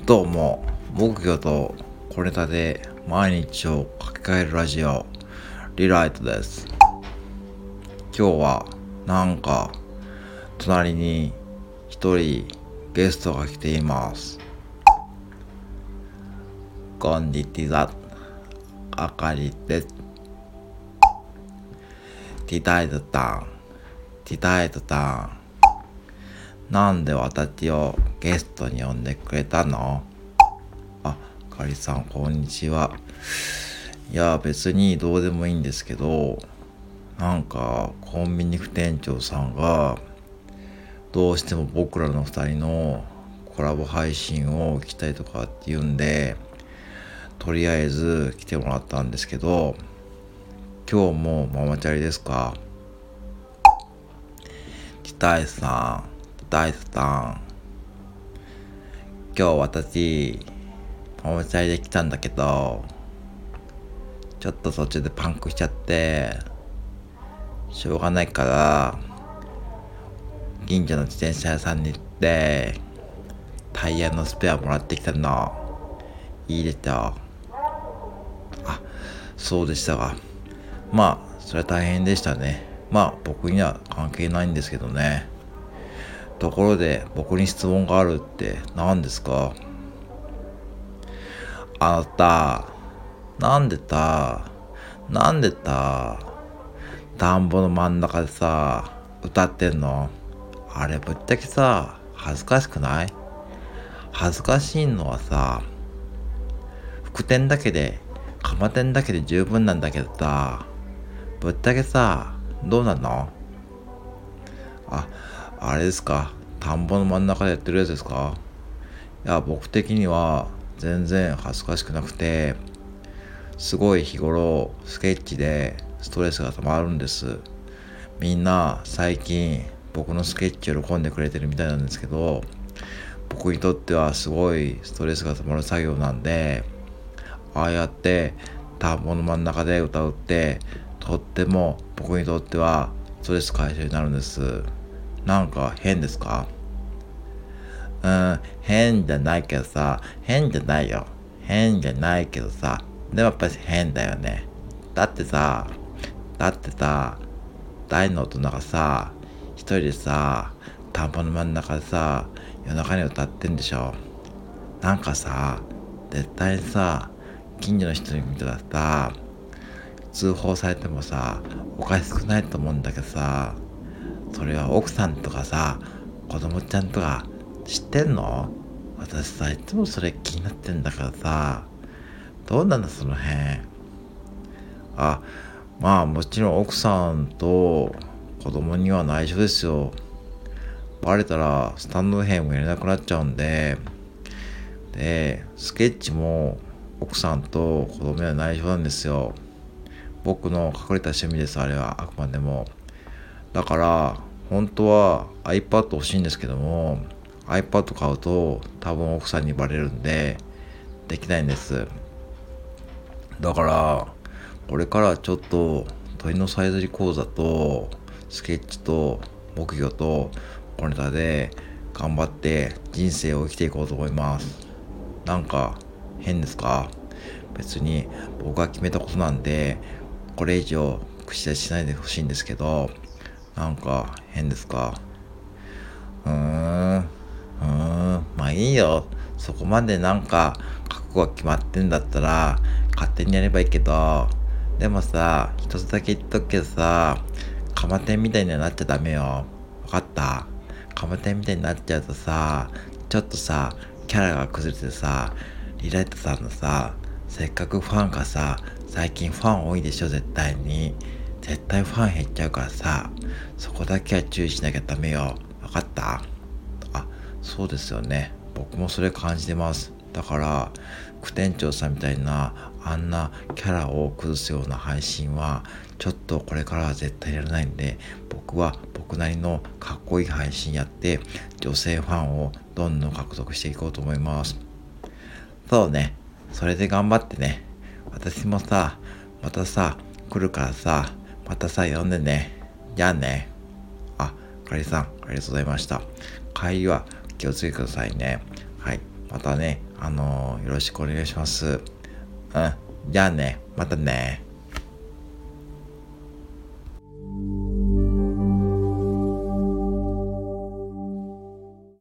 どうも、木魚と小ネタで毎日を書き換えるラジオ、リライトです。今日はなんか隣に一人ゲストが来ています。こんにちは、あかりです。ティタイトタン。なんで私をゲストに呼んでくれたの？あかりさん、こんにちは。いや、別にどうでもいいんですけど、なんかコンビニ副店長さんがどうしても僕らの2人のコラボ配信を聞きたいとかって言うんで、とりあえず来てもらったんですけど、今日もママチャリですか？大地さん、今日私ママチャリで来たんだけど、ちょっと途中でパンクしちゃってしょうがないから近所の自転車屋さんに行ってタイヤのスペアもらってきたの。いいでしょ？あ、そうでしたが、まあそれは大変でしたね。まあ僕には関係ないんですけどね。ところで僕に質問があるって何ですか？あなた、なんでた田んぼの真ん中でさ歌ってんの？あれぶっちゃけさ恥ずかしくない？恥ずかしいのはさ、副点だけで鎌点だけで十分なんだけどさ、ぶっちゃけさどうなの？あ、あれですか、田んぼの真ん中でやってるやつですか？いや、僕的には全然恥ずかしくなくて、すごい日頃スケッチでストレスが溜まるんです。みんな最近僕のスケッチを喜んでくれてるみたいなんですけど、僕にとってはすごいストレスが溜まる作業なんで、ああやって田んぼの真ん中で歌うってとっても僕にとってはストレス解消になるんです。なんか変ですか？変じゃないけどさ、変じゃないよ。変じゃないけどさ、でもやっぱり変だよね。だってさ、大の大人がさ、一人でさ、田んぼの真ん中でさ、夜中に歌ってんでしょ。なんかさ、絶対にさ、近所の人に見たらさ、通報されてもさ、おかしくないと思うんだけどさ、それは奥さんとかさ、子供ちゃんとか知ってんの？私さ、いつもそれ気になってんだからさ、どうなんだその辺。あ、まあもちろん奥さんと子供には内緒ですよ。バレたらスタンド編もやれなくなっちゃうんで、スケッチも奥さんと子供には内緒なんですよ。僕の隠れた趣味です、あれはあくまでも。だから本当は iPad 欲しいんですけども、 iPad 買うと多分奥さんにバレるんでできないんです。だからこれからちょっと鳥のさえずり講座とスケッチと木魚と小ネタで頑張って人生を生きていこうと思います。なんか変ですか？別に僕が決めたことなんでこれ以上口出ししないでほしいんですけど、なんか変ですか？まあいいよ。そこまでなんか覚悟が決まってんだったら勝手にやればいいけど、でもさ、一つだけ言っとくけどさ、カマテンみたいにはなっちゃダメよ。わかった？カマテンみたいになっちゃうとさ、ちょっとさ、キャラが崩れてさ、リライトさんのさ、せっかくファンがさ、最近ファン多いでしょ、絶対に。絶対ファン減っちゃうからさ、そこだけは注意しなきゃダメよ。わかった？あ、そうですよね。僕もそれ感じてます。だから副店長さんみたいなあんなキャラを崩すような配信はちょっとこれからは絶対やらないんで、僕は僕なりのかっこいい配信やって女性ファンをどんどん獲得していこうと思います。そうね、それで頑張ってね。私もさ、またさ来るからさ、またさ呼んでね。じゃあね。あ、かりさんありがとうございました。帰りは気をつけてくださいね。はい、またね、 よろしくお願いします。じゃあね、またね。